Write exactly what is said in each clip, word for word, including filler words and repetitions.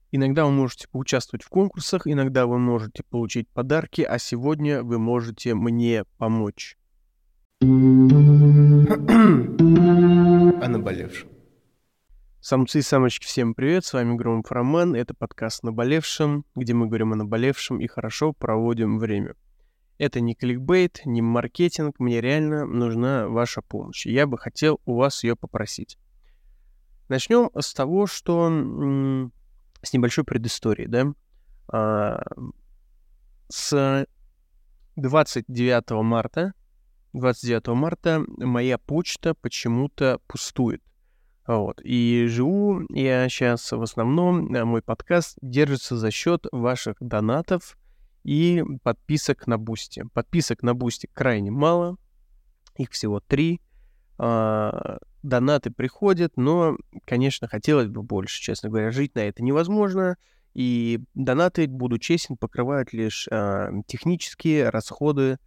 Иногда вы можете поучаствовать в конкурсах, иногда вы можете получить подарки, а сегодня вы можете мне помочь. О наболевшем. Самцы и самочки, всем привет, с вами Громов Роман, это подкаст «Наболевшем», где мы говорим о наболевшем и хорошо проводим время. Это не кликбейт, не маркетинг, мне реально нужна ваша помощь, я бы хотел у вас ее попросить. Начнем с того, что... М- с небольшой предысторией, да. А, с двадцать девятого марта, двадцать девятого марта моя почта почему-то пустует. Вот. И живу я сейчас в основном, мой подкаст держится за счет ваших донатов и подписок на Бусти. Подписок на Бусти крайне мало, их всего три. А, донаты приходят, но, конечно, хотелось бы больше, честно говоря. Жить на это невозможно, и донаты, буду честен, покрывают лишь а, технические расходы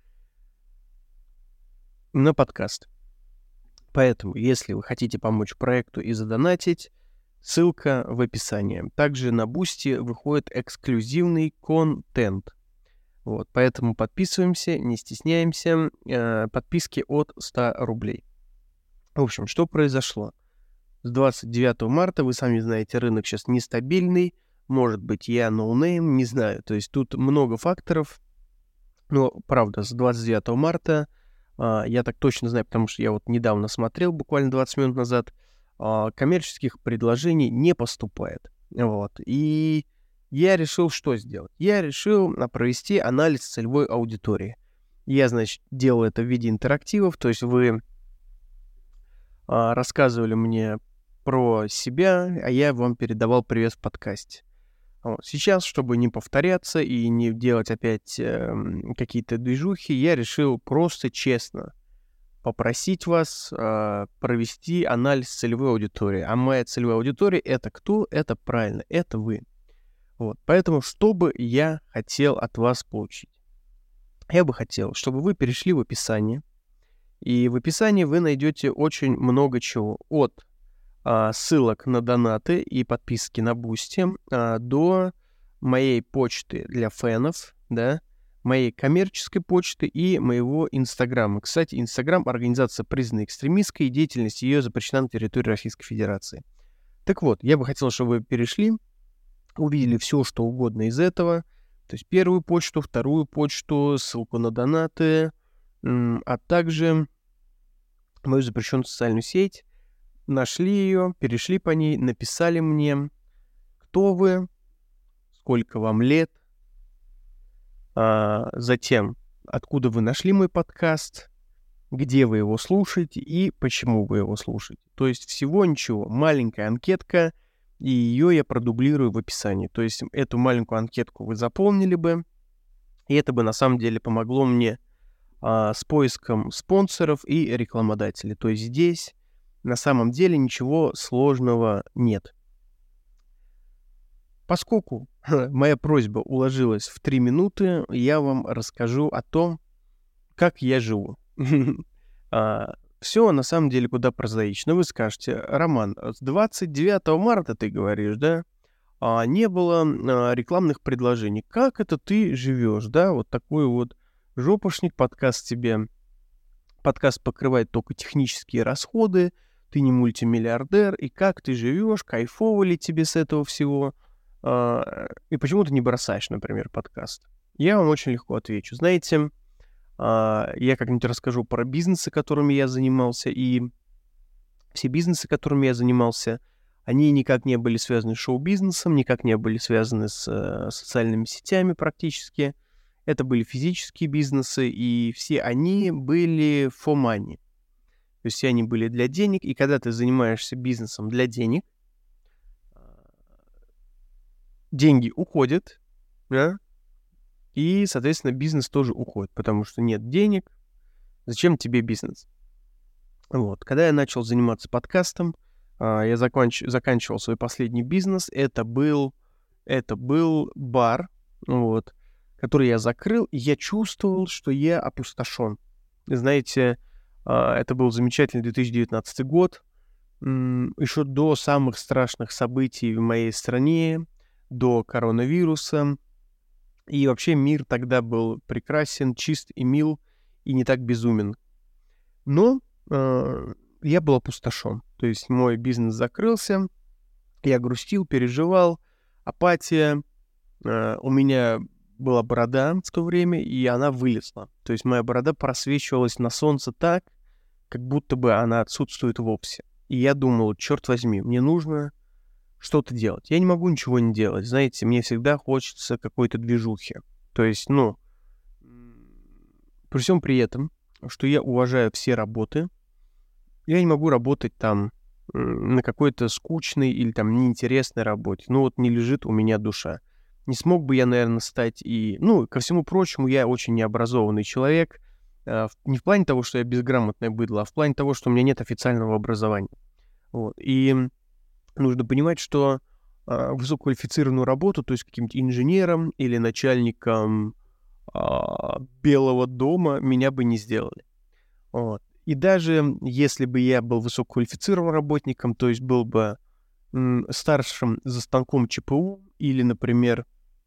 на подкаст. Поэтому, если вы хотите помочь проекту и задонатить, ссылка в описании. Также на Бусти выходит эксклюзивный контент. Вот, поэтому подписываемся, не стесняемся. А, подписки от ста рублей. В общем, что произошло? С двадцать девятого марта, вы сами знаете, рынок сейчас нестабильный. Может быть, я ноунейм, не знаю. То есть тут много факторов. Но, правда, с двадцать девятого марта, а, я так точно знаю, потому что я вот недавно смотрел, буквально двадцать минут назад, а, коммерческих предложений не поступает. Вот. И я решил что сделать? Я решил а, провести анализ целевой аудитории. Я, значит, делаю это в виде интерактивов, то есть вы... рассказывали мне про себя, а я вам передавал привет в подкасте. Вот. Сейчас, чтобы не повторяться и не делать опять э, какие-то движухи, я решил просто честно попросить вас э, провести анализ целевой аудитории. А моя целевая аудитория — это кто? Это правильно, это вы. Вот. Поэтому, что бы я хотел от вас получить? Я бы хотел, чтобы вы перешли в описание, и в описании вы найдете очень много чего. От а, ссылок на донаты и подписки на Бусти а, до моей почты для фенов, да, моей коммерческой почты и моего Инстаграма. Кстати, Инстаграм — организация, признанная экстремистской, и деятельность ее запрещена на территории Российской Федерации. Так вот, я бы хотел, чтобы вы перешли, увидели все, что угодно из этого. То есть первую почту, вторую почту, ссылку на донаты, а также мою запрещенную социальную сеть, нашли ее, перешли по ней, написали мне, кто вы, сколько вам лет, а, затем, откуда вы нашли мой подкаст, где вы его слушаете и почему вы его слушаете. То есть всего ничего, маленькая анкетка, и ее я продублирую в описании. То есть эту маленькую анкетку вы заполнили бы, и это бы на самом деле помогло мне а, с поиском спонсоров и рекламодателей. То есть здесь на самом деле ничего сложного нет. Поскольку моя просьба уложилась в три минуты, я вам расскажу о том, как я живу. Все на самом деле куда прозаично. Вы скажете: Роман, с двадцать девятого марта ты говоришь, да? А не было а, рекламных предложений. Как это ты живешь, да? Вот такой вот жопошник, подкаст тебе. Подкаст покрывает только технические расходы, ты не мультимиллиардер, и как ты живешь, кайфово ли тебе с этого всего, а, и почему ты не бросаешь, например, подкаст? Я вам очень легко отвечу. Знаете, а, я как-нибудь расскажу про бизнесы, которыми я занимался, и все бизнесы, которыми я занимался, они никак не были связаны с шоу-бизнесом, никак не были связаны с э, социальными сетями практически. Это были физические бизнесы, и все они были for money. То есть все они были для денег, и когда ты занимаешься бизнесом для денег, деньги уходят, да, и, соответственно, бизнес тоже уходит, потому что нет денег, зачем тебе бизнес? Вот. Когда я начал заниматься подкастом, я законч... заканчивал свой последний бизнес, это был, это был бар, вот, который я закрыл, и я чувствовал, что я опустошен. Знаете, это был замечательный две тысячи девятнадцатый год, еще до самых страшных событий в моей стране, до коронавируса. И вообще мир тогда был прекрасен, чист и мил, и не так безумен. Но э, я был опустошен. То есть мой бизнес закрылся, я грустил, переживал, апатия. Э, у меня была борода в то время, и она вылезла. То есть моя борода просвечивалась на солнце так, как будто бы она отсутствует вовсе. И я думал, черт возьми, мне нужно что-то делать. Я не могу ничего не делать. Знаете, мне всегда хочется какой-то движухи. То есть, ну, при всем при этом, что я уважаю все работы, я не могу работать там на какой-то скучной или там неинтересной работе. Ну вот не лежит у меня душа. Не смог бы я, наверное, стать и... Ну, ко всему прочему, я очень необразованный человек. Э, не в плане того, что я безграмотное быдло, а в плане того, что у меня нет официального образования. Вот. И нужно понимать, что э, высококвалифицированную работу, то есть каким-то инженером или начальником э, Белого дома, меня бы не сделали. Вот. И даже если бы я был высококвалифицированным работником, то есть был бы м, старшим за станком ЧПУ, или, например,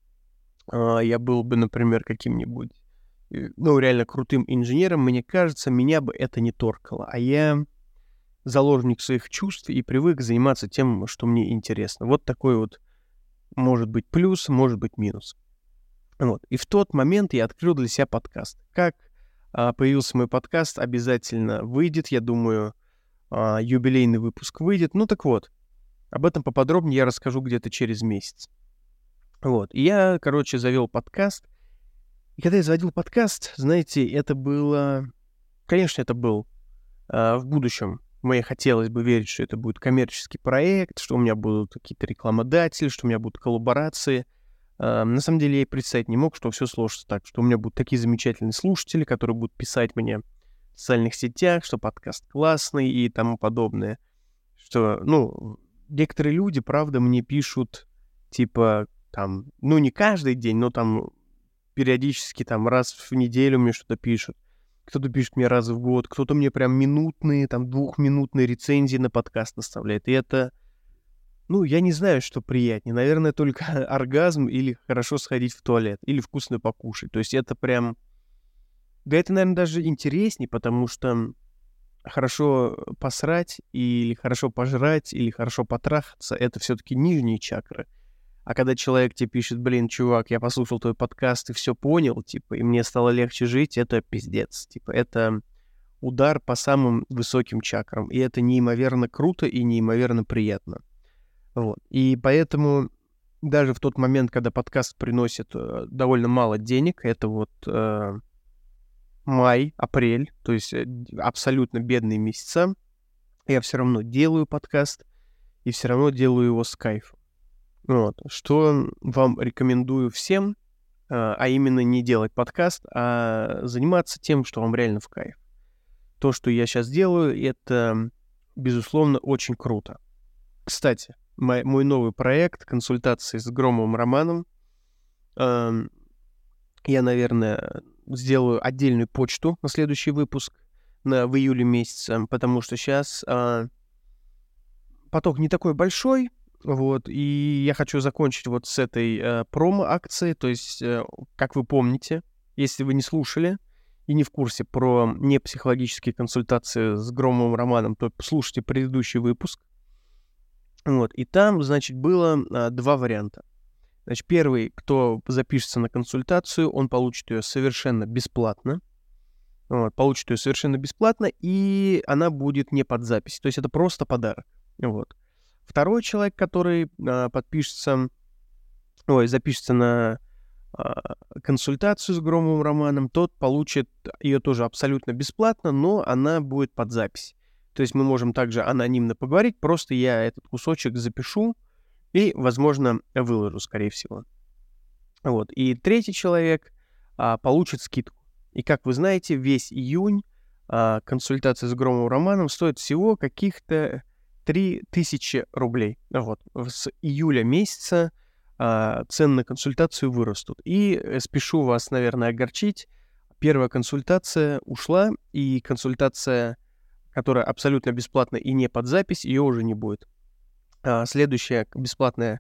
э, я был бы, например, каким-нибудь, э, ну, реально крутым инженером, мне кажется, меня бы это не торкало. А я заложник своих чувств и привык заниматься тем, что мне интересно. Вот такой вот может быть плюс, может быть минус. Вот. И в тот момент я открыл для себя подкаст. Как а, появился мой подкаст, обязательно выйдет, я думаю, а, юбилейный выпуск выйдет. Ну так вот, об этом поподробнее я расскажу где-то через месяц. Вот. И я, короче, завел подкаст. И когда я заводил подкаст, знаете, это было... Конечно, это был а, в будущем. Мне хотелось бы верить, что это будет коммерческий проект, что у меня будут какие-то рекламодатели, что у меня будут коллаборации. Uh, на самом деле я и представить не мог, что все сложится так, что у меня будут такие замечательные слушатели, которые будут писать мне в социальных сетях, что подкаст классный и тому подобное. Что, ну, некоторые люди, правда, мне пишут, типа, там, ну, не каждый день, но там периодически, там, раз в неделю мне что-то пишут. Кто-то пишет мне раз в год, кто-то мне прям минутные, там, двухминутные рецензии на подкаст наставляет. И это... Ну, я не знаю, что приятнее. Наверное, только оргазм или хорошо сходить в туалет, или вкусно покушать. То есть это прям... Да это, наверное, даже интереснее, потому что хорошо посрать, или хорошо пожрать, или хорошо потрахаться — это все-таки нижние чакры. А когда человек тебе пишет: блин, чувак, я послушал твой подкаст и все понял, типа, и мне стало легче жить, это пиздец. Типа, это удар по самым высоким чакрам. И это неимоверно круто и неимоверно приятно. Вот. И поэтому даже в тот момент, когда подкаст приносит э, довольно мало денег, это вот э, май, апрель, то есть э, абсолютно бедные месяца, я все равно делаю подкаст и все равно делаю его с кайфом. Вот. Что вам рекомендую всем, э, а именно не делать подкаст, а заниматься тем, что вам реально в кайф. То, что я сейчас делаю, это, безусловно, очень круто. Кстати, Мой, мой новый проект консультации с Громовым Романом. Э, я, наверное, сделаю отдельную почту на следующий выпуск на, в июле месяце, потому что сейчас э, поток не такой большой, вот, и я хочу закончить вот с этой э, промо-акции. То есть, э, как вы помните, если вы не слушали и не в курсе про непсихологические консультации с Громовым Романом, то слушайте предыдущий выпуск. Вот, и там, значит, было а, два варианта. Значит, первый, кто запишется на консультацию, он получит ее совершенно бесплатно. Вот, получит ее совершенно бесплатно, и она будет не под запись. То есть это просто подарок. Вот. Второй человек, который а, подпишется, ой, запишется на а, консультацию с Громовым Романом, тот получит ее тоже абсолютно бесплатно, но она будет под запись. То есть мы можем также анонимно поговорить, просто я этот кусочек запишу и, возможно, выложу, скорее всего. Вот. И третий человек а, получит скидку. И, как вы знаете, весь июнь а, консультация с Громовым Романом стоит всего каких-то три тысячи рублей. Вот. С июля месяца а, цены на консультацию вырастут. И спешу вас, наверное, огорчить. Первая консультация ушла, и консультация, которая абсолютно бесплатная и не под запись, ее уже не будет. А следующая бесплатная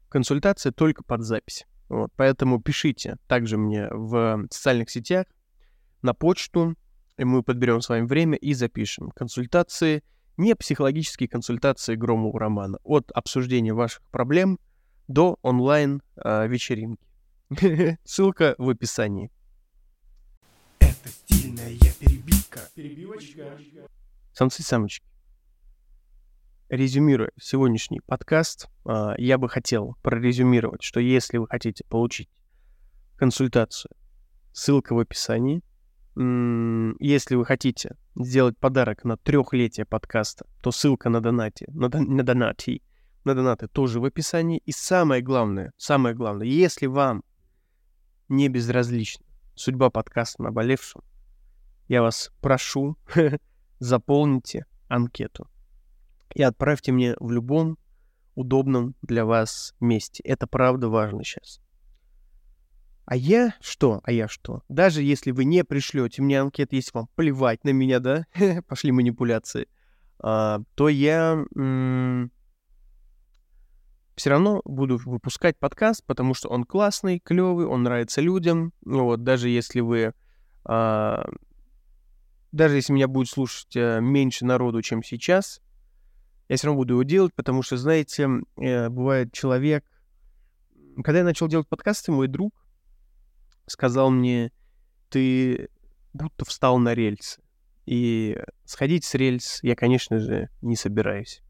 консультация только под запись. Вот, поэтому пишите также мне в социальных сетях, на почту, и мы подберем с вами время и запишем. Консультации, не психологические консультации Громову Романа. От обсуждения ваших проблем до онлайн-вечеринки. Ссылка в описании. Это стильная перебивка. Перебивочка. Самцы-самочки. Резюмируя сегодняшний подкаст, я бы хотел прорезюмировать, что если вы хотите получить консультацию, ссылка в описании. Если вы хотите сделать подарок на трехлетие подкаста, то ссылка на донате, на, дон, на донаты, на донаты тоже в описании. И самое главное, самое главное, если вам не безразлична судьба подкаста «Наболевшем», я вас прошу, заполните анкету и отправьте мне в любом удобном для вас месте. Это правда важно сейчас. А я что? А я что? Даже если вы не пришлете мне анкету, если вам плевать на меня, да, пошли манипуляции, а, то я м- все равно буду выпускать подкаст, потому что он классный, клевый, он нравится людям. Ну вот, даже если вы... А, даже если меня будет слушать а, меньше народу, чем сейчас, я все равно буду его делать, потому что, знаете, э, бывает человек... Когда я начал делать подкасты, мой друг сказал мне: ты будто встал на рельсы. И сходить с рельс я, конечно же, не собираюсь.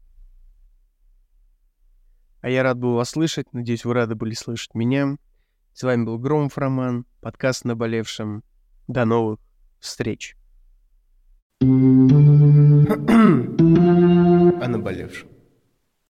А я рад был вас слышать. Надеюсь, вы рады были слышать меня. С вами был Громов Роман, подкаст «Наболевшем». До новых встреч. О наболевшем.